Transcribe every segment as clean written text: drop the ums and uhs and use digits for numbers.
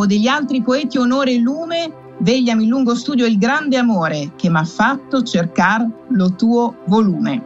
o degli altri poeti onore e lume, vegliami in lungo studio il grande amore che m'ha fatto cercar lo tuo volume.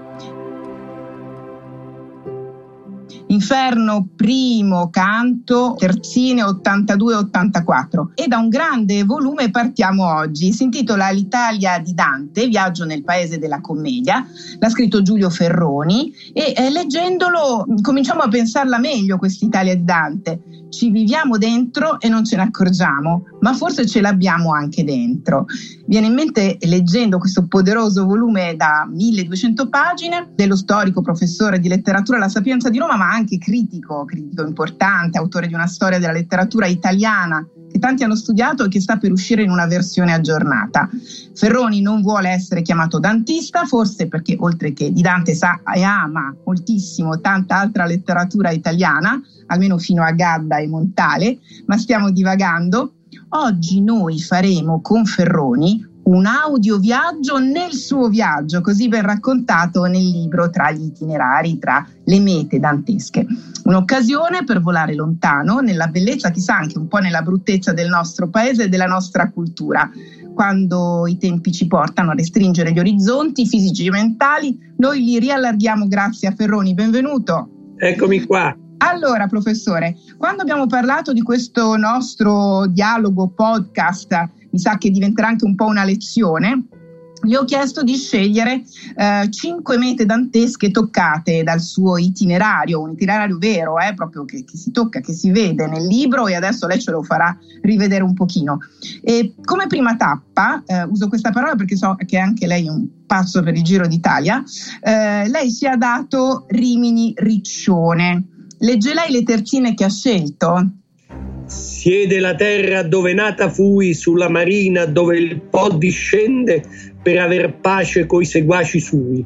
Inferno, primo canto, terzine 82-84. E da un grande volume partiamo oggi. Si intitola L'Italia di Dante, viaggio nel paese della commedia. L'ha scritto Giulio Ferroni e leggendolo cominciamo a pensarla meglio quest'Italia di Dante. Ci viviamo dentro e non ce ne accorgiamo, ma forse ce l'abbiamo anche dentro. Viene in mente, leggendo questo poderoso volume da 1200 pagine, dello storico professore di letteratura alla Sapienza di Roma, ma anche critico importante, autore di una storia della letteratura italiana che tanti hanno studiato e che sta per uscire in una versione aggiornata. Ferroni non vuole essere chiamato dantista, forse perché oltre che di Dante sa e ama moltissimo tanta altra letteratura italiana, almeno fino a Gadda e Montale, ma stiamo divagando. Oggi noi faremo con Ferroni un audioviaggio nel suo viaggio, così ben raccontato nel libro Tra gli itinerari, tra le mete dantesche. Un'occasione per volare lontano, nella bellezza, chissà anche un po' nella bruttezza del nostro paese e della nostra cultura. Quando i tempi ci portano a restringere gli orizzonti fisici e mentali, noi li riallarghiamo grazie a Ferroni. Benvenuto. Eccomi qua. Allora, professore, quando abbiamo parlato di questo nostro dialogo podcast, mi sa che diventerà anche un po' una lezione, gli ho chiesto di scegliere 5 mete dantesche toccate dal suo itinerario, un itinerario vero, proprio che si tocca, che si vede nel libro, e adesso lei ce lo farà rivedere un pochino. E come prima tappa, uso questa parola perché so che anche lei è un pazzo per il Giro d'Italia, lei si è dato Rimini-Riccione. Legge lei le terzine che ha scelto? Siede la terra dove nata fui, sulla marina dove il Po discende per aver pace coi seguaci sui.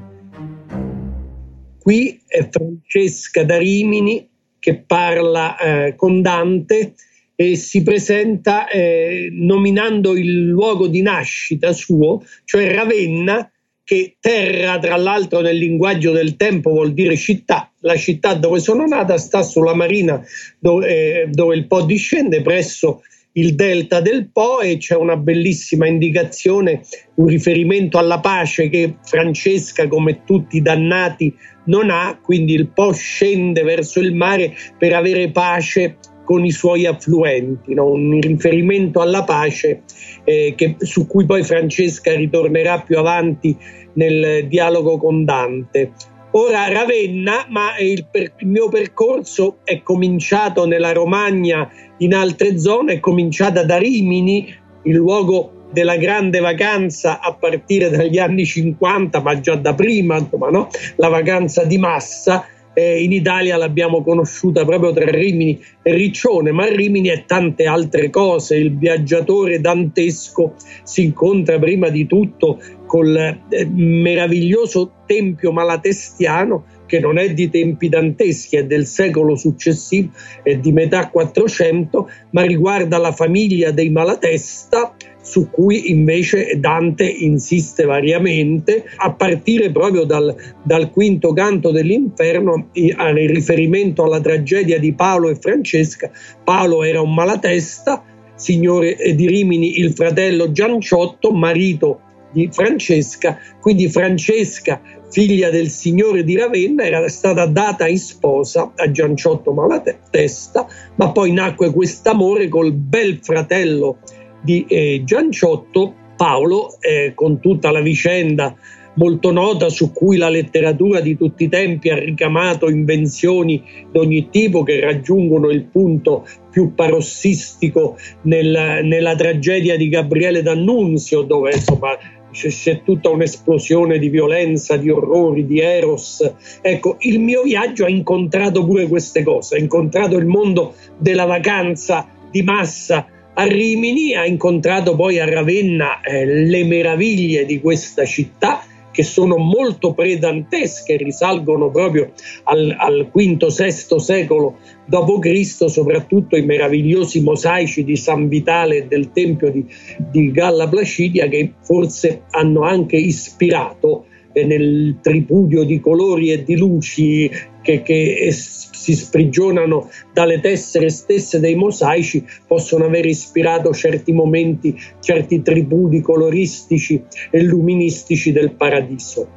Qui è Francesca da Rimini che parla con Dante e si presenta nominando il luogo di nascita suo, cioè Ravenna, che terra, tra l'altro nel linguaggio del tempo vuol dire città. La città dove sono nata sta sulla marina dove il Po discende, presso il delta del Po, e c'è una bellissima indicazione, un riferimento alla pace che Francesca, come tutti i dannati, non ha, quindi il Po scende verso il mare per avere pace con i suoi affluenti, no? Un riferimento alla pace su cui poi Francesca ritornerà più avanti nel dialogo con Dante. Ora Ravenna, ma il mio percorso è cominciato nella Romagna, in altre zone, è cominciata da Rimini, il luogo della grande vacanza a partire dagli anni 50, ma già da prima, insomma, no? La vacanza di massa. In Italia l'abbiamo conosciuta proprio tra Rimini e Riccione, ma Rimini è tante altre cose. Il viaggiatore dantesco si incontra prima di tutto col meraviglioso Tempio Malatestiano, che non è di tempi danteschi, è del secolo successivo, è di metà 400, ma riguarda la famiglia dei Malatesta, su cui invece Dante insiste variamente, a partire proprio dal quinto canto dell'Inferno, in riferimento alla tragedia di Paolo e Francesca. Paolo era un Malatesta, signore di Rimini, il fratello Gianciotto, marito di Francesca, quindi Francesca, figlia del signore di Ravenna, era stata data in sposa a Gianciotto Malatesta, ma poi nacque quest'amore col bel fratello di Gianciotto, Paolo, con tutta la vicenda molto nota su cui la letteratura di tutti i tempi ha ricamato invenzioni di ogni tipo che raggiungono il punto più parossistico nella tragedia di Gabriele D'Annunzio, dove insomma c'è tutta un'esplosione di violenza, di orrori, di eros. Ecco, il mio viaggio ha incontrato pure queste cose, ha incontrato il mondo della vacanza di massa a Rimini, ha incontrato poi a Ravenna le meraviglie di questa città, che sono molto predantesche, risalgono proprio al V-VI secolo d.C., soprattutto i meravigliosi mosaici di San Vitale e del Tempio di Galla Placidia, che forse hanno anche ispirato nel tripudio di colori e di luci che si sprigionano dalle tessere stesse dei mosaici, possono aver ispirato certi momenti, certi tripudi coloristici e luministici del paradiso.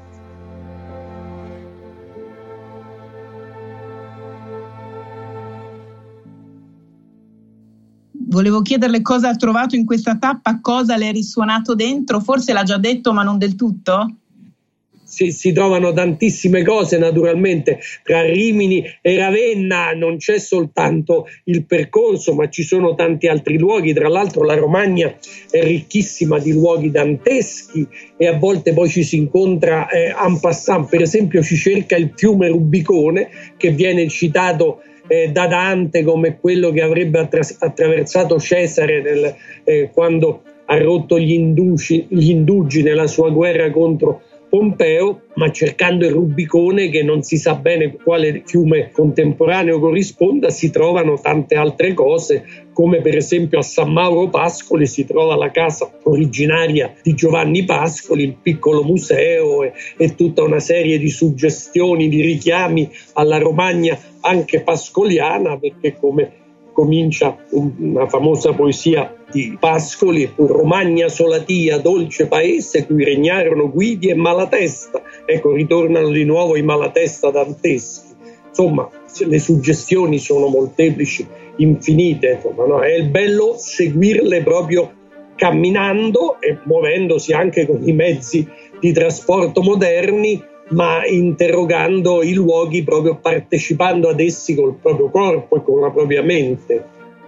Volevo chiederle cosa ha trovato in questa tappa, cosa le è risuonato dentro, forse l'ha già detto ma non del tutto? Si trovano tantissime cose naturalmente, tra Rimini e Ravenna non c'è soltanto il percorso, ma ci sono tanti altri luoghi. Tra l'altro la Romagna è ricchissima di luoghi danteschi e a volte poi ci si incontra en passant. Per esempio ci cerca il fiume Rubicone, che viene citato da Dante come quello che avrebbe attraversato Cesare quando ha rotto gli indugi nella sua guerra contro Pompeo, ma cercando il Rubicone, che non si sa bene quale fiume contemporaneo corrisponda, si trovano tante altre cose, come per esempio a San Mauro Pascoli si trova la casa originaria di Giovanni Pascoli, il piccolo museo e tutta una serie di suggestioni, di richiami alla Romagna anche pascoliana, perché come comincia una famosa poesia di Pascoli: Romagna solatia, dolce paese, cui regnarono Guidi e Malatesta. Ecco, ritornano di nuovo i Malatesta danteschi. Insomma, le suggestioni sono molteplici, infinite, insomma, no? È il bello seguirle proprio camminando e muovendosi anche con i mezzi di trasporto moderni, ma interrogando i luoghi, proprio partecipando ad essi col proprio corpo e con la propria mente.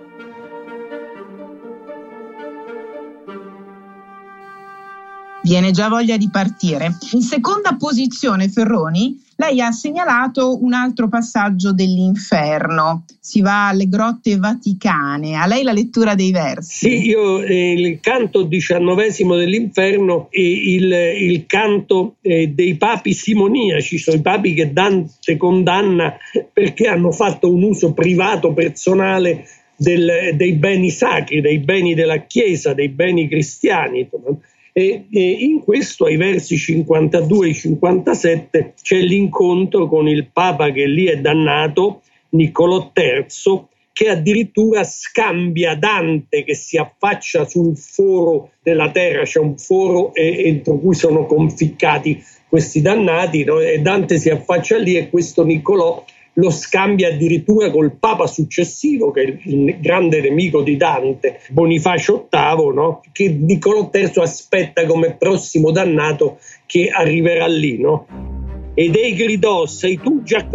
Viene già voglia di partire. In seconda posizione, Ferroni, lei ha segnalato un altro passaggio dell'inferno. Si va alle grotte vaticane. A lei la lettura dei versi? Sì, io il canto XIX dell'inferno e il canto dei papi simoniaci, sono i papi che Dante condanna perché hanno fatto un uso privato, personale dei beni sacri, dei beni della Chiesa, dei beni cristiani. E in questo, ai versi 52 e 57, c'è l'incontro con il Papa che lì è dannato, Niccolò III, che addirittura scambia Dante, che si affaccia sul foro della terra, c'è un foro entro cui sono conficcati questi dannati, no? E Dante si affaccia lì e questo Niccolò lo scambia addirittura col Papa successivo, che è il grande nemico di Dante, Bonifacio VIII, no? Che Niccolò III aspetta come prossimo dannato che arriverà lì, no? Ed ei gridò: sei tu già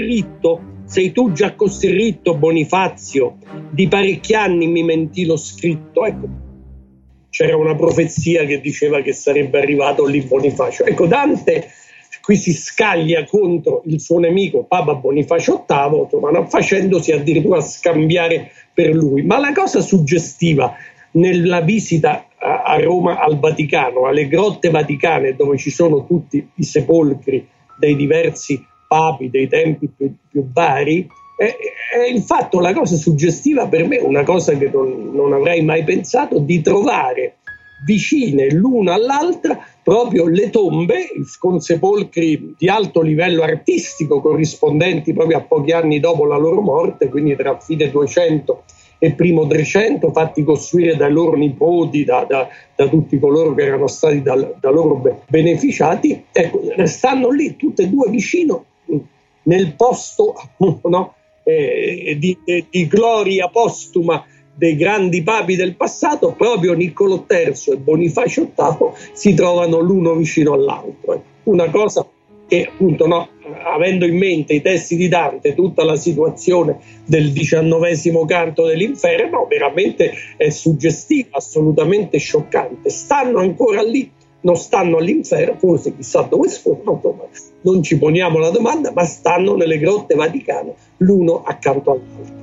così ritto, Bonifazio? Di parecchi anni mi mentì lo scritto. Ecco, c'era una profezia che diceva che sarebbe arrivato lì Bonifacio. Ecco, Dante qui si scaglia contro il suo nemico Papa Bonifacio VIII, insomma, facendosi addirittura scambiare per lui. Ma la cosa suggestiva nella visita a Roma al Vaticano, alle grotte vaticane, dove ci sono tutti i sepolcri dei diversi papi dei tempi più vari, è il fatto, la cosa suggestiva per me, una cosa che non avrei mai pensato, di trovare vicine l'una all'altra proprio le tombe con sepolcri di alto livello artistico, corrispondenti proprio a pochi anni dopo la loro morte, quindi tra fine 200 e primo 300, fatti costruire dai loro nipoti, da tutti coloro che erano stati da loro beneficiati. Ecco, stanno lì tutte e due vicino nel posto, no? Di gloria postuma dei grandi papi del passato. Proprio Niccolò III e Bonifacio VIII si trovano l'uno vicino all'altro. Una cosa che, appunto, no, avendo in mente i testi di Dante, tutta la situazione del XIX canto dell'inferno, veramente è suggestiva, assolutamente scioccante. Stanno ancora lì, non stanno all'inferno, forse chissà dove sono, non ci poniamo la domanda, ma stanno nelle grotte vaticane, l'uno accanto all'altro.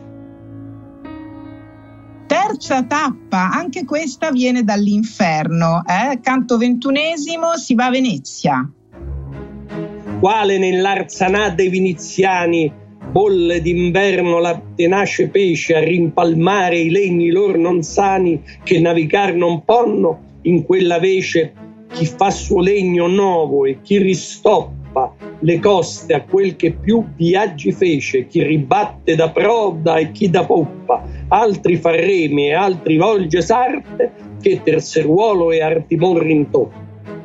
Terza tappa, anche questa viene dall'inferno, canto 21esimo, si va a Venezia. Quale nell'Arsanà dei Viniziani bolle d'inverno la tenace pesce a rimpalmare i legni lor non sani che navigar non ponno, in quella vece chi fa suo legno nuovo e chi ristoppa le coste a quel che più viaggi fece, chi ribatte da proda e chi da poppa, altri fa remi e altri volge sarte, che terzeruolo e artimon rintoppa.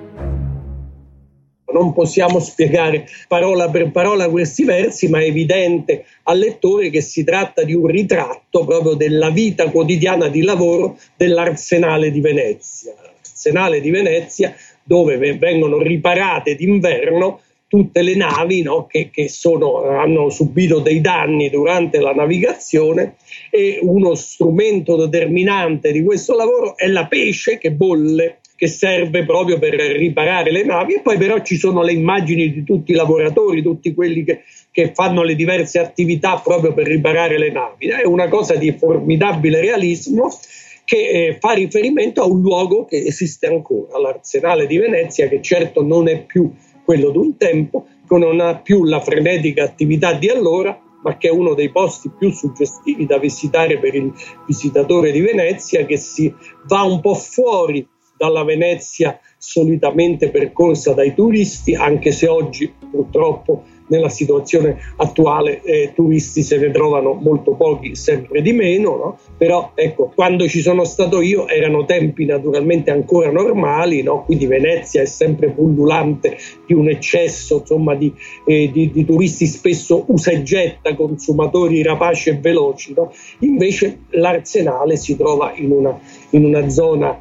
Non possiamo spiegare parola per parola questi versi, ma è evidente al lettore che si tratta di un ritratto proprio della vita quotidiana di lavoro dell'Arsenale di Venezia. L'Arsenale di Venezia, dove vengono riparate d'inverno tutte le navi, no, che hanno subito dei danni durante la navigazione, e uno strumento determinante di questo lavoro è la pece che bolle, che serve proprio per riparare le navi. E poi però ci sono le immagini di tutti i lavoratori, tutti quelli che fanno le diverse attività proprio per riparare le navi. È una cosa di formidabile realismo che fa riferimento a un luogo che esiste ancora, l'Arsenale di Venezia, che certo non è più quello di un tempo, che non ha più la frenetica attività di allora, ma che è uno dei posti più suggestivi da visitare per il visitatore di Venezia, che si va un po' fuori dalla Venezia solitamente percorsa dai turisti, anche se oggi purtroppo nella situazione attuale turisti se ne trovano molto pochi, sempre di meno, no? Però ecco, quando ci sono stato io erano tempi naturalmente ancora normali, no? Quindi Venezia è sempre pullulante di un eccesso, insomma, di turisti spesso usa e getta, consumatori rapaci e veloci, no? Invece l'Arsenale si trova in una zona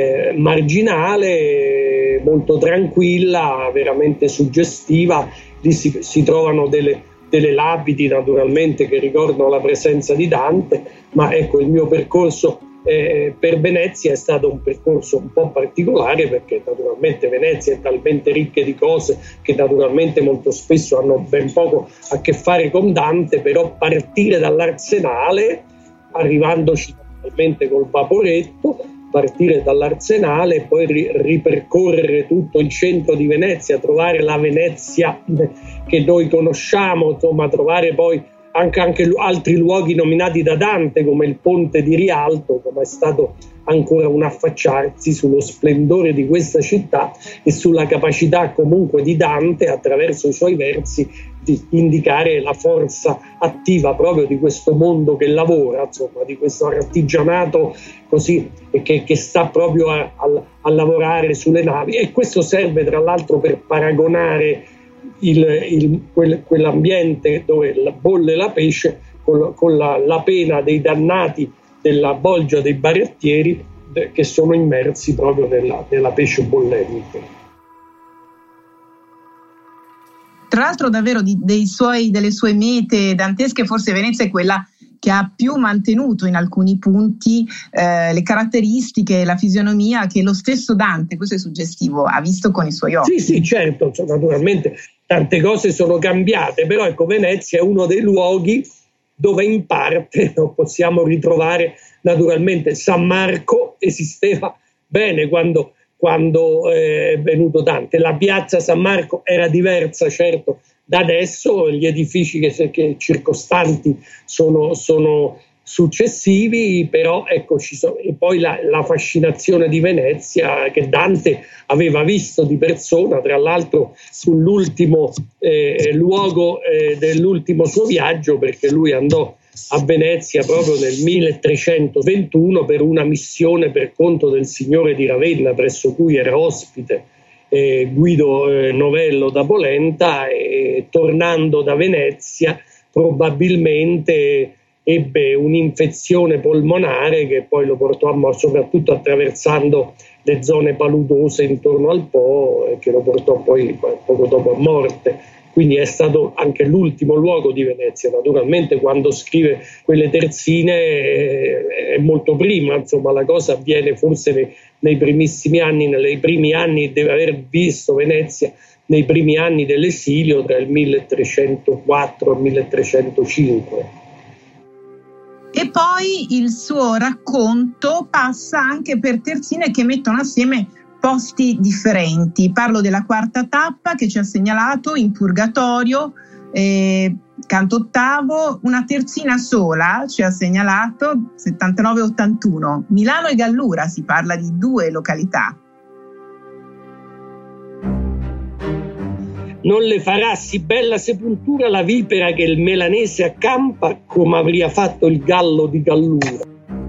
marginale, molto tranquilla, veramente suggestiva. Lì si trovano delle lapidi naturalmente che ricordano la presenza di Dante, ma ecco, il mio percorso per Venezia è stato un percorso un po' particolare, perché naturalmente Venezia è talmente ricca di cose che naturalmente molto spesso hanno ben poco a che fare con Dante, però partire dall'Arsenale, arrivandoci naturalmente col vaporetto, partire dall'Arsenale e poi ripercorrere tutto il centro di Venezia, trovare la Venezia che noi conosciamo, insomma, trovare poi anche altri luoghi nominati da Dante come il Ponte di Rialto, come è stato ancora un affacciarsi sullo splendore di questa città e sulla capacità comunque di Dante, attraverso i suoi versi, di indicare la forza attiva proprio di questo mondo che lavora, insomma, di questo artigianato così che sta proprio a lavorare sulle navi. E questo serve tra l'altro per paragonare quell'ambiente dove bolle la pece con la pena dei dannati della bolgia dei barettieri che sono immersi proprio nella pece bollente. Tra l'altro davvero delle sue mete dantesche, forse Venezia è quella che ha più mantenuto in alcuni punti le caratteristiche, la fisionomia che lo stesso Dante, questo è suggestivo, ha visto con i suoi occhi. Sì, certo, naturalmente tante cose sono cambiate, però ecco, Venezia è uno dei luoghi dove in parte possiamo ritrovare naturalmente San Marco. Esisteva bene quando è venuto Dante. La piazza San Marco era diversa, certo, da adesso, gli edifici che circostanti sono successivi, però ecco, e poi la fascinazione di Venezia che Dante aveva visto di persona, tra l'altro sull'ultimo luogo dell'ultimo suo viaggio, perché lui andò a Venezia proprio nel 1321 per una missione per conto del signore di Ravenna, presso cui era ospite Guido Novello da Polenta, e tornando da Venezia probabilmente ebbe un'infezione polmonare che poi lo portò a morte, soprattutto attraversando le zone paludose intorno al Po, e che lo portò poi poco dopo a morte. Quindi è stato anche l'ultimo luogo di Venezia. Naturalmente quando scrive quelle terzine è molto prima, insomma la cosa avviene forse nei primissimi anni, nei primi anni, deve aver visto Venezia nei primi anni dell'esilio, tra il 1304 e il 1305. E poi il suo racconto passa anche per terzine che mettono assieme posti differenti. Parlo della quarta tappa che ci ha segnalato in Purgatorio, canto ottavo, una terzina sola ci ha segnalato 79-81, Milano e Gallura, si parla di due località. non le farà sì bella sepoltura la vipera che il melanese accampa, come avria fatto il gallo di Gallura.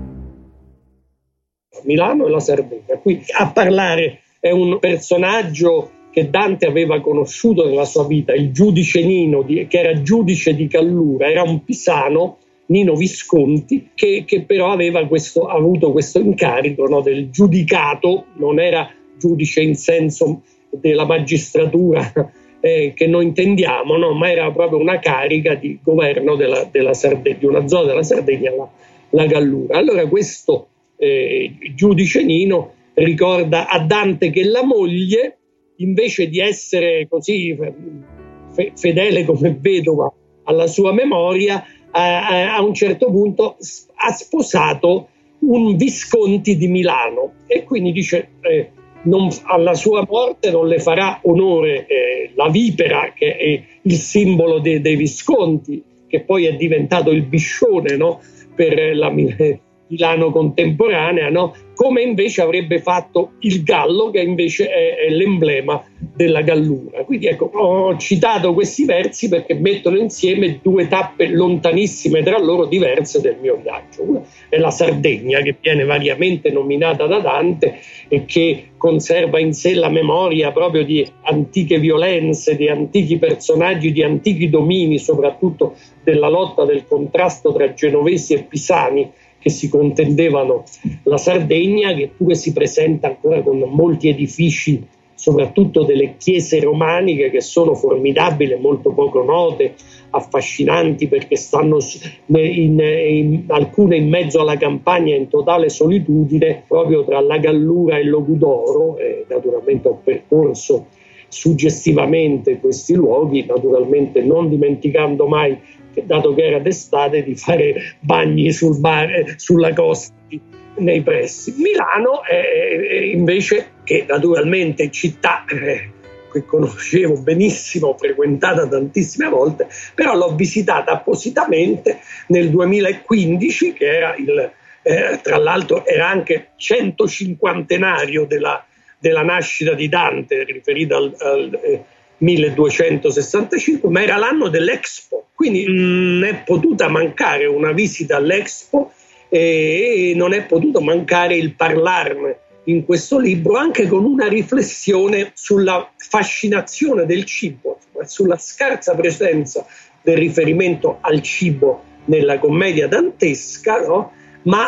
Milano e la Sardegna. Qui a parlare è un personaggio che Dante aveva conosciuto nella sua vita, il giudice Nino, che era giudice di Gallura, era un pisano, Nino Visconti, che però aveva avuto questo incarico, no, del giudicato, non era giudice in senso della magistratura che noi intendiamo, no, ma era proprio una carica di governo della Sardegna, di una zona della Sardegna, la Gallura. Allora questo giudice Nino ricorda a Dante che la moglie, invece di essere così fedele come vedova alla sua memoria, a un certo punto ha sposato un Visconti di Milano, e quindi dice alla sua morte non le farà onore la vipera, che è il simbolo dei Visconti, che poi è diventato il biscione, no, per la Milano contemporanea, no? Come invece avrebbe fatto il gallo, che invece è l'emblema della Gallura. Quindi ecco, ho citato questi versi perché mettono insieme due tappe lontanissime tra loro, diverse del mio viaggio. Una è la Sardegna, che viene variamente nominata da Dante e che conserva in sé la memoria proprio di antiche violenze, di antichi personaggi, di antichi domini, soprattutto della lotta, del contrasto tra genovesi e pisani che si contendevano la Sardegna, che pure si presenta ancora con molti edifici, soprattutto delle chiese romaniche, che sono formidabili, molto poco note, affascinanti, perché stanno alcune in mezzo alla campagna, in totale solitudine, proprio tra la Gallura e Logudoro. Naturalmente ho percorso suggestivamente questi luoghi, naturalmente non dimenticando mai, dato che era d'estate, di fare bagni sulla costa nei pressi. Milano invece, che naturalmente città che conoscevo benissimo, frequentata tantissime volte, però l'ho visitata appositamente nel 2015, che era tra l'altro era anche 150enario della nascita di Dante, riferita al 1265, ma era l'anno dell'Expo, quindi non è potuta mancare una visita all'Expo e non è potuto mancare il parlarne in questo libro, anche con una riflessione sulla fascinazione del cibo, sulla scarsa presenza del riferimento al cibo nella commedia dantesca, no? Ma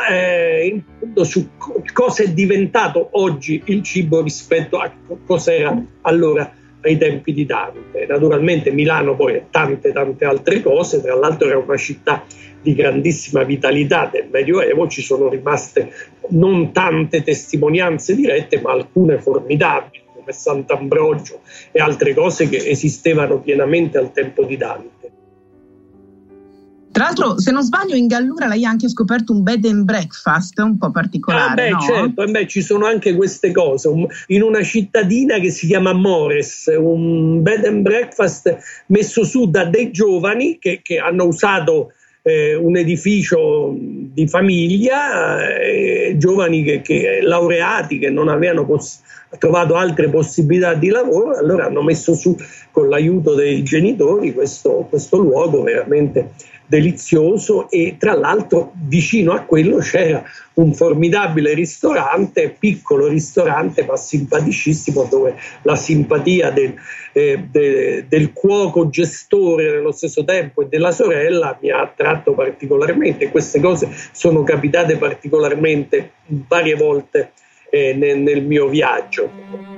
su cosa è diventato oggi il cibo rispetto a cosa era allora ai tempi di Dante. Naturalmente Milano poi è tante altre cose, tra l'altro era una città di grandissima vitalità del Medioevo, ci sono rimaste non tante testimonianze dirette, ma alcune formidabili, come Sant'Ambrogio e altre cose che esistevano pienamente al tempo di Dante. Tra l'altro, se non sbaglio, in Gallura lei ha anche scoperto un bed and breakfast un po' particolare, no? Certo, ci sono anche queste cose. In una cittadina che si chiama Mores, un bed and breakfast messo su da dei giovani che hanno usato un edificio di famiglia, giovani che laureati, che non avevano trovato altre possibilità di lavoro, allora hanno messo su, con l'aiuto dei genitori, questo luogo veramente delizioso. E tra l'altro vicino a quello c'era un formidabile ristorante, piccolo ristorante ma simpaticissimo, dove la simpatia del cuoco gestore nello stesso tempo e della sorella mi ha attratto particolarmente. Queste cose sono capitate particolarmente varie volte nel mio viaggio.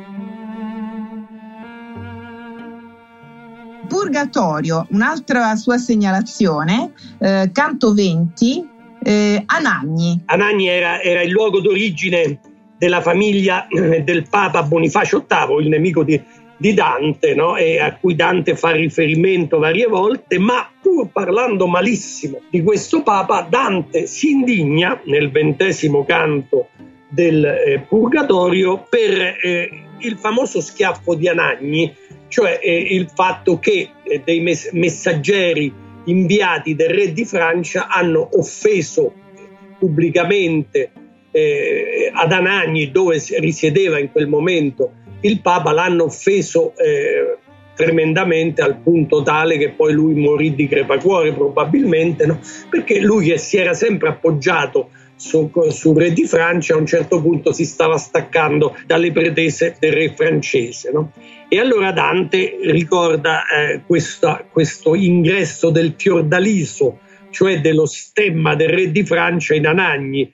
Purgatorio, un'altra sua segnalazione, canto 20, Anagni. Anagni era il luogo d'origine della famiglia del Papa Bonifacio VIII, il nemico di Dante, no? E a cui Dante fa riferimento varie volte, ma pur parlando malissimo di questo Papa, Dante si indigna nel 20° canto del Purgatorio per il famoso schiaffo di Anagni, cioè il fatto che dei messaggeri inviati del re di Francia hanno offeso pubblicamente ad Anagni, dove risiedeva in quel momento il Papa, l'hanno offeso tremendamente, al punto tale che poi lui morì di crepacuore probabilmente, no? Perché lui, che si era sempre appoggiato sul re di Francia, a un certo punto si stava staccando dalle pretese del re francese, no? E allora Dante ricorda questo ingresso del fiordaliso, cioè dello stemma del re di Francia, in Anagni.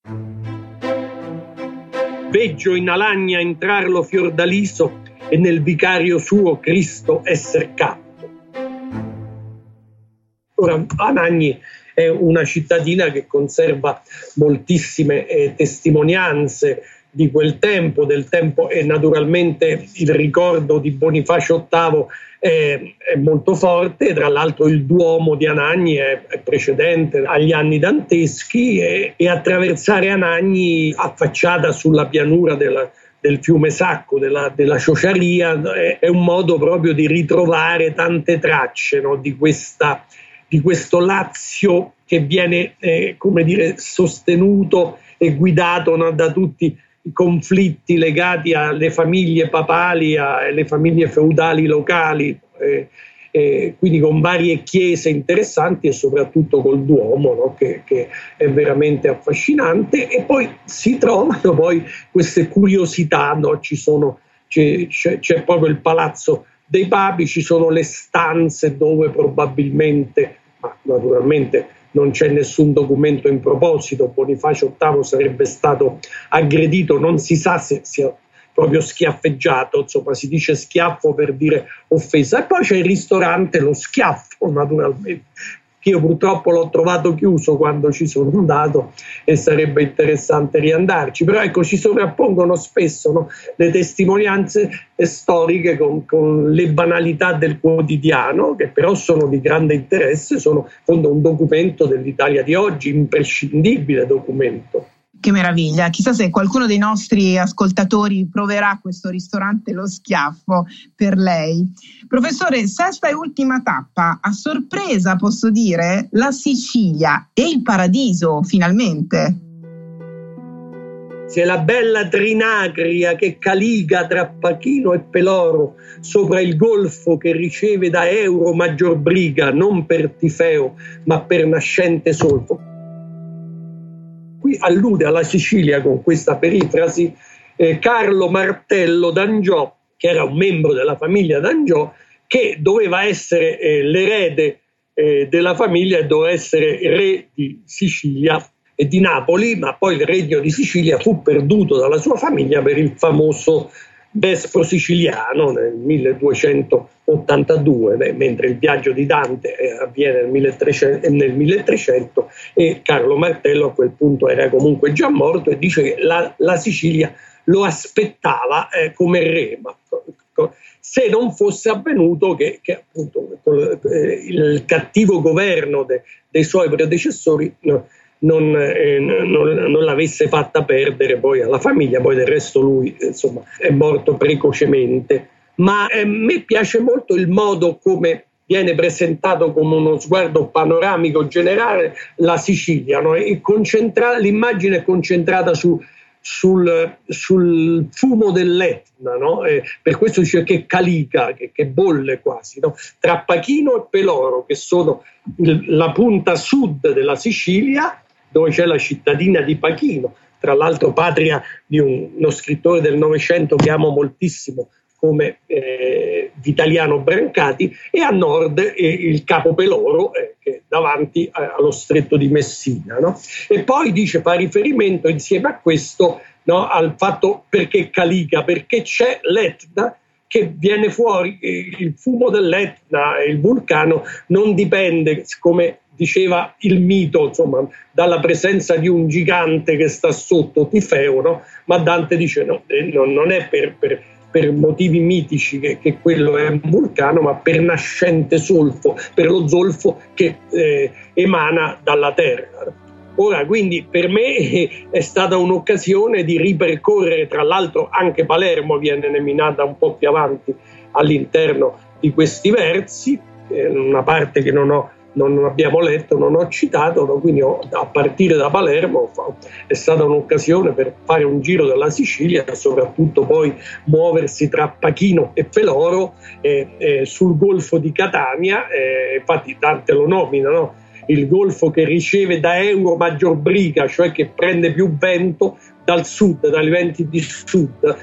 Veggio in Alagna entrar lo fiordaliso e nel vicario suo Cristo esser catto. Ora, Anagni è una cittadina che conserva moltissime testimonianze di quel tempo, e naturalmente il ricordo di Bonifacio VIII è molto forte. Tra l'altro il Duomo di Anagni è precedente agli anni danteschi, e attraversare Anagni affacciata sulla pianura del fiume Sacco, della Ciociaria, è un modo proprio di ritrovare tante tracce, no, di questo Lazio che viene sostenuto e guidato, no, da tutti i conflitti legati alle famiglie papali, alle famiglie feudali locali, quindi con varie chiese interessanti e soprattutto col Duomo, no, che è veramente affascinante. E poi si trovano queste curiosità, no? C'è proprio il Palazzo dei Papi, ci sono le stanze dove probabilmente, ma naturalmente non c'è nessun documento in proposito, Bonifacio VIII sarebbe stato aggredito, non si sa se sia proprio schiaffeggiato, insomma si dice schiaffo per dire offesa. E poi c'è il ristorante Lo Schiaffo, naturalmente, che io purtroppo l'ho trovato chiuso quando ci sono andato e sarebbe interessante riandarci. Però ecco, ci sovrappongono spesso, no, le testimonianze storiche con le banalità del quotidiano, che però sono di grande interesse, sono un documento dell'Italia di oggi, imprescindibile documento. Che meraviglia, chissà se qualcuno dei nostri ascoltatori proverà questo ristorante Lo Schiaffo per lei. Professore, sesta e ultima tappa, a sorpresa posso dire, la Sicilia e il paradiso finalmente. C'è la bella Trinacria che caliga tra Pachino e Peloro, sopra il golfo che riceve da Euro maggior briga, non per Tifeo ma per nascente solfo. Qui allude alla Sicilia con questa perifrasi Carlo Martello d'Angiò, che era un membro della famiglia d'Angiò, che doveva essere l'erede della famiglia e doveva essere re di Sicilia e di Napoli, ma poi il regno di Sicilia fu perduto dalla sua famiglia per il famoso Despro siciliano nel 1282, mentre il viaggio di Dante avviene nel 1300 e Carlo Martello a quel punto era comunque già morto, e dice che la Sicilia lo aspettava come re, ma se non fosse avvenuto che appunto il cattivo governo dei suoi predecessori non l'avesse fatta perdere poi alla famiglia. Poi del resto lui insomma è morto precocemente. Ma a me piace molto il modo come viene presentato come uno sguardo panoramico generale la Sicilia, no? L'immagine è concentrata sul fumo dell'Etna, no? Per questo dice che calica, che bolle quasi, no? Tra Pachino e Peloro, che sono la punta sud della Sicilia, dove c'è la cittadina di Pachino, tra l'altro patria di uno scrittore del Novecento che amo moltissimo come Vitaliano Brancati, e a nord il Capo Peloro, che è davanti allo stretto di Messina, no? E poi fa riferimento insieme a questo, no, al fatto perché calica, perché c'è l'Etna che viene fuori, il fumo dell'Etna, il vulcano, non dipende, come diceva il mito, insomma, dalla presenza di un gigante che sta sotto Tifeo, no? Ma Dante dice no, non è per motivi mitici che quello è un vulcano, ma per nascente solfo, per lo zolfo che emana dalla terra. Ora, quindi per me è stata un'occasione di ripercorrere, tra l'altro anche Palermo viene nominata un po' più avanti all'interno di questi versi, una parte che non ho non abbiamo letto, non ho citato, no? Quindi a partire da Palermo è stata un'occasione per fare un giro della Sicilia e soprattutto poi muoversi tra Pachino e Peloro sul golfo di Catania, infatti Dante lo nomina, no? Il golfo che riceve da Euro maggior briga, cioè che prende più vento dal sud, dai venti di sud.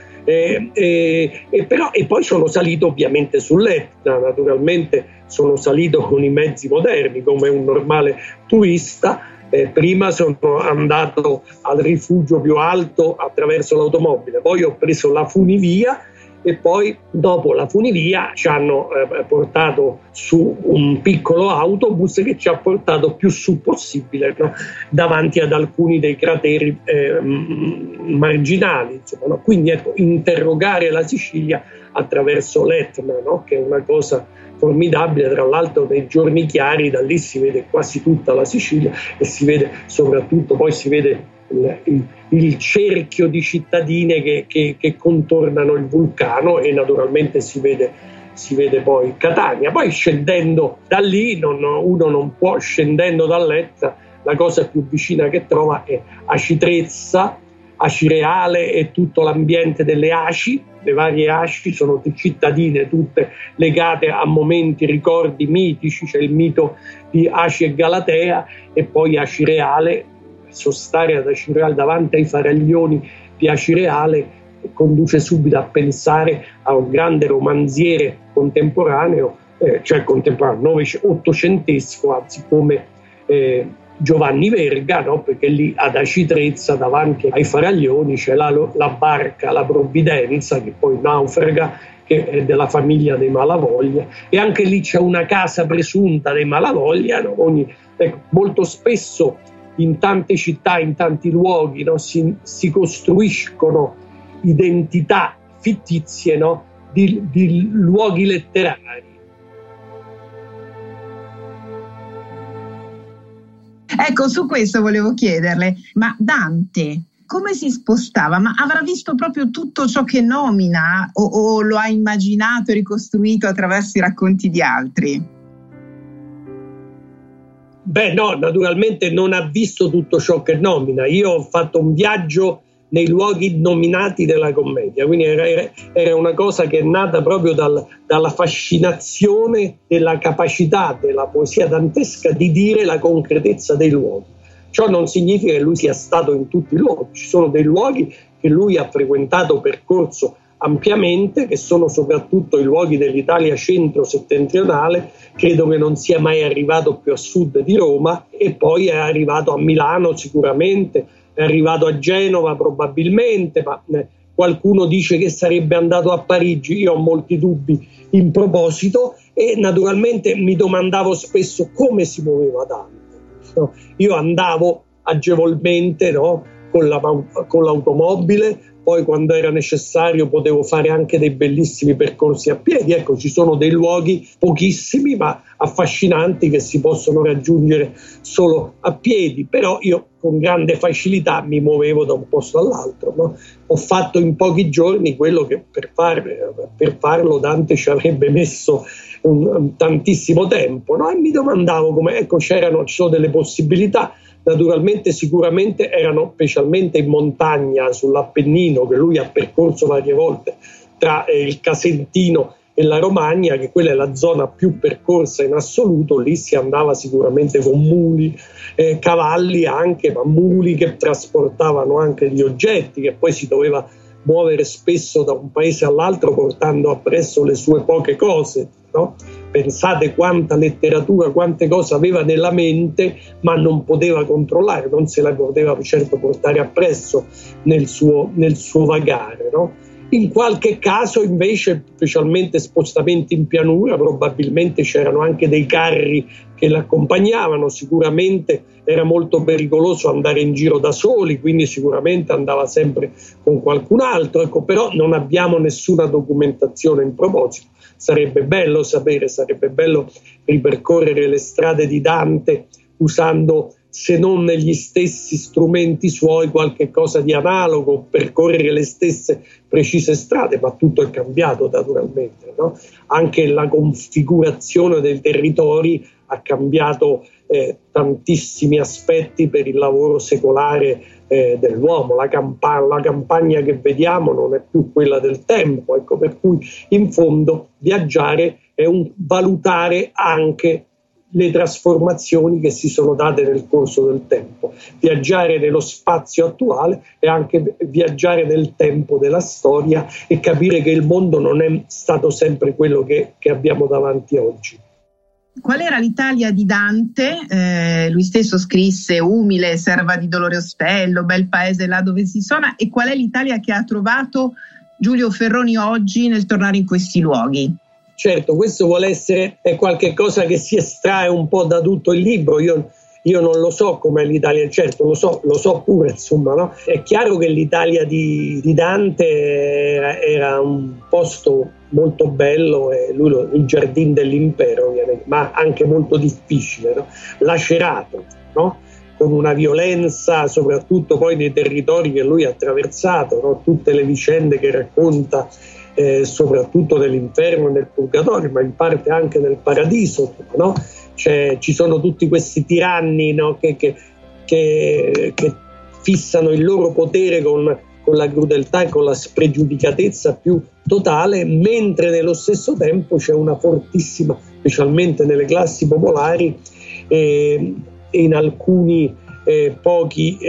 E poi sono salito ovviamente sull'Etna, naturalmente sono salito con i mezzi moderni come un normale turista. Prima sono andato al rifugio più alto attraverso l'automobile, poi ho preso la funivia e poi dopo la funivia ci hanno portato su un piccolo autobus che ci ha portato più su possibile, no? Davanti ad alcuni dei crateri marginali, insomma, no? Quindi ecco, interrogare la Sicilia attraverso l'Etna, no? Che è una cosa formidabile. Tra l'altro nei giorni chiari da lì si vede quasi tutta la Sicilia e si vede soprattutto, poi si vede il cerchio di cittadine che contornano il vulcano e naturalmente si vede poi Catania. Poi scendendo da lì uno non può, scendendo dall'Etna, la cosa più vicina che trova è Aci Reale e tutto l'ambiente delle Aci. Le varie Aci sono cittadine tutte legate a momenti, ricordi mitici, c'è il mito di Aci e Galatea e poi Aci Reale. Sostare ad Aci Reale davanti ai faraglioni di Aci Reale conduce subito a pensare a un grande romanziere contemporaneo, ottocentesco, anzi come Giovanni Verga, no? Perché lì ad Aci Trezza davanti ai faraglioni c'è la barca, la Provvidenza, che poi naufraga, che è della famiglia dei Malavoglia, e anche lì c'è una casa presunta dei Malavoglia, no? Molto spesso in tante città, in tanti luoghi, no? si costruiscono identità fittizie, no? di luoghi letterari. Ecco, su questo volevo chiederle, ma Dante come si spostava? Ma avrà visto proprio tutto ciò che nomina o lo ha immaginato e ricostruito attraverso i racconti di altri? Beh no, naturalmente non ha visto tutto ciò che nomina. Io ho fatto un viaggio nei luoghi nominati della commedia, quindi era una cosa che è nata proprio dalla fascinazione della capacità della poesia dantesca di dire la concretezza dei luoghi. Ciò non significa che lui sia stato in tutti i luoghi, ci sono dei luoghi che lui ha frequentato, percorso ampiamente, che sono soprattutto i luoghi dell'Italia centro-settentrionale. Credo che non sia mai arrivato più a sud di Roma, e poi è arrivato a Milano sicuramente, è arrivato a Genova probabilmente, ma qualcuno dice che sarebbe andato a Parigi. Io ho molti dubbi in proposito e naturalmente mi domandavo spesso come si muoveva Dante. No? Io andavo agevolmente, no? con l'automobile, poi quando era necessario potevo fare anche dei bellissimi percorsi a piedi. Ecco, ci sono dei luoghi pochissimi ma affascinanti che si possono raggiungere solo a piedi, però io con grande facilità mi muovevo da un posto all'altro, no? Ho fatto in pochi giorni quello che per farlo Dante ci avrebbe messo tantissimo tempo, no? E mi domandavo come, ecco, ci sono delle possibilità. Naturalmente sicuramente erano specialmente in montagna, sull'Appennino, che lui ha percorso varie volte, tra il Casentino e la Romagna, che quella è la zona più percorsa in assoluto. Lì si andava sicuramente con muli, cavalli anche, ma muli che trasportavano anche gli oggetti, che poi si doveva muovere spesso da un paese all'altro portando appresso le sue poche cose, no? Pensate quanta letteratura, quante cose aveva nella mente, ma non poteva controllare, non se la poteva certo portare appresso nel suo vagare, no? In qualche caso invece, specialmente spostamenti in pianura, probabilmente c'erano anche dei carri che l'accompagnavano. Sicuramente era molto pericoloso andare in giro da soli, quindi sicuramente andava sempre con qualcun altro, ecco, però non abbiamo nessuna documentazione in proposito. Sarebbe bello sapere, sarebbe bello ripercorrere le strade di Dante usando, se non negli stessi strumenti suoi, qualche cosa di analogo, percorrere le stesse precise strade, ma tutto è cambiato naturalmente, no? Anche la configurazione dei territori ha cambiato tantissimi aspetti per il lavoro secolare dell'uomo. La campagna che vediamo non è più quella del tempo, ecco, per cui in fondo viaggiare è un valutare anche le trasformazioni che si sono date nel corso del tempo. Viaggiare nello spazio attuale è anche viaggiare nel tempo della storia e capire che il mondo non è stato sempre quello che abbiamo davanti oggi. Qual era l'Italia di Dante? Lui stesso scrisse umile, serva di Dolore Ostello, bel paese là dove si suona. E qual è l'Italia che ha trovato Giulio Ferroni oggi nel tornare in questi luoghi? Certo, questo vuole essere qualche cosa che si estrae un po' da tutto il libro. Io non lo so com'è l'Italia, certo lo so pure, insomma, no? È chiaro che l'Italia di Dante era un posto molto bello, e il giardino dell'impero, ma anche molto difficile, no? Lacerato, no? Con una violenza soprattutto poi nei territori che lui ha attraversato, no? Tutte le vicende che racconta, soprattutto nell'inferno e nel purgatorio, ma in parte anche nel paradiso, no? Ci sono tutti questi tiranni, no? che fissano il loro potere con la crudeltà e con la spregiudicatezza più totale, mentre nello stesso tempo c'è una fortissima, specialmente nelle classi popolari e in alcuni pochi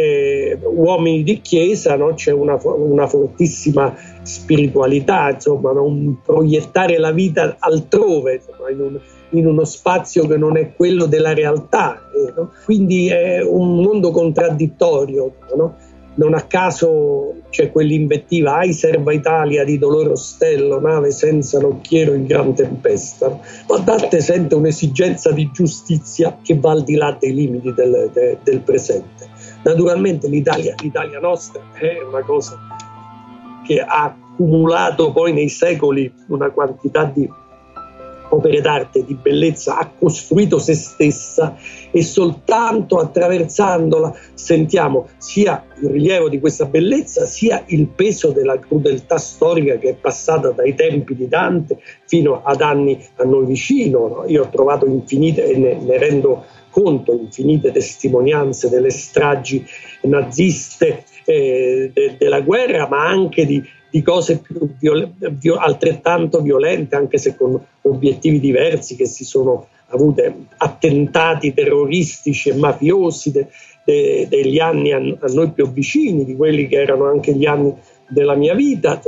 uomini di chiesa, no? C'è una fortissima spiritualità, insomma, no? Un proiettare la vita altrove, insomma, in uno spazio che non è quello della realtà, no? Quindi è un mondo contraddittorio, no? Non a caso c'è quell'invettiva: ai serva Italia di Dolore Ostello, nave senza nocchiero in gran tempesta. Ma Dante sente un'esigenza di giustizia che va al di là dei limiti del presente. Naturalmente l'Italia nostra è una cosa che ha accumulato poi nei secoli una quantità di opere d'arte, di bellezza, ha costruito se stessa, e soltanto attraversandola sentiamo sia il rilievo di questa bellezza, sia il peso della crudeltà storica che è passata dai tempi di Dante fino ad anni a noi vicino, no? Io ho trovato infinite, e ne rendo conto, infinite testimonianze delle stragi naziste della guerra, ma anche di cose più altrettanto violente, anche se con obiettivi diversi, che si sono avute, attentati terroristici e mafiosi degli anni a noi più vicini, di quelli che erano anche gli anni della mia vita,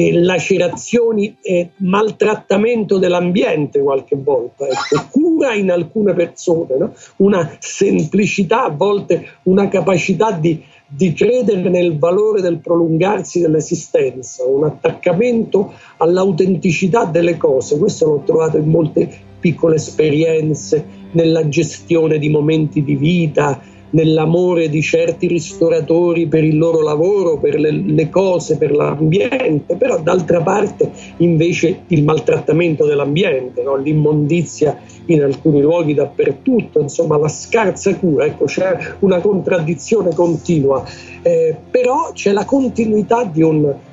lacerazioni e maltrattamento dell'ambiente qualche volta, ecco, cura in alcune persone, no? Una semplicità, a volte una capacità di credere nel valore del prolungarsi dell'esistenza, un attaccamento all'autenticità delle cose. Questo l'ho trovato in molte piccole esperienze, nella gestione di momenti di vita, nell'amore di certi ristoratori per il loro lavoro, per le cose, per l'ambiente, però d'altra parte invece il maltrattamento dell'ambiente, no? L'immondizia in alcuni luoghi dappertutto, insomma la scarsa cura, ecco, c'è una contraddizione continua, però c'è la continuità di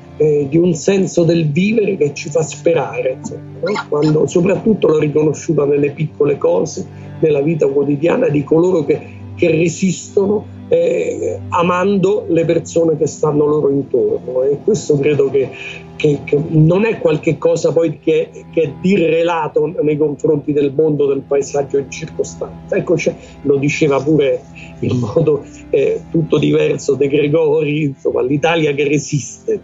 un senso del vivere che ci fa sperare, insomma, no? Quando, soprattutto l'ho riconosciuta nelle piccole cose, nella vita quotidiana di coloro che resistono amando le persone che stanno loro intorno, e questo credo che non è qualche cosa poi che è dirrelato nei confronti del mondo, del paesaggio circostante. Ecco, lo diceva pure in modo tutto diverso De Gregori, insomma, l'Italia che resiste.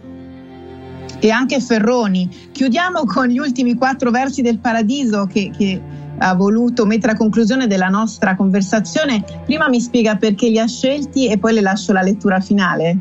E anche Ferroni. Chiudiamo con gli ultimi 4 versi del Paradiso che ha voluto mettere a conclusione della nostra conversazione. Prima mi spiega perché li ha scelti e poi le lascio la lettura finale.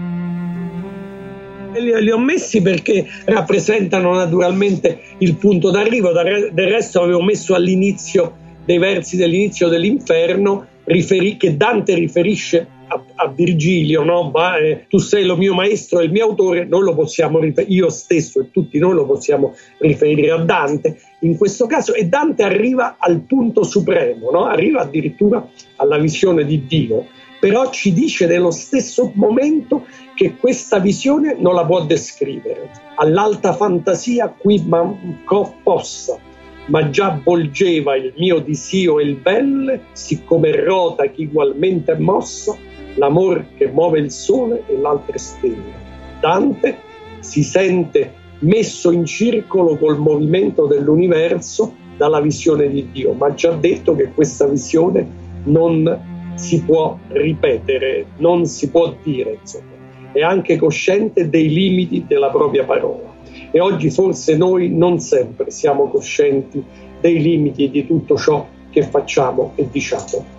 Li ho messi perché rappresentano naturalmente il punto d'arrivo. Del resto avevo messo all'inizio dei versi dell'inizio dell'Inferno, che Dante riferisce a Virgilio, no? Tu sei lo mio maestro e il mio autore. Noi lo possiamo io stesso e tutti noi lo possiamo riferire a Dante in questo caso, e Dante arriva al punto supremo, no? Arriva addirittura alla visione di Dio, però ci dice nello stesso momento che questa visione non la può descrivere. All'alta fantasia qui mancò possa, ma già volgeva il mio disio e il belle, siccome rota che ugualmente è mossa, l'amor che muove il sole e l'altre stelle. Dante si sente messo in circolo col movimento dell'universo dalla visione di Dio, ma ha già detto che questa visione non si può ripetere, non si può dire, insomma. È anche cosciente dei limiti della propria parola. E oggi forse noi non sempre siamo coscienti dei limiti di tutto ciò che facciamo e diciamo.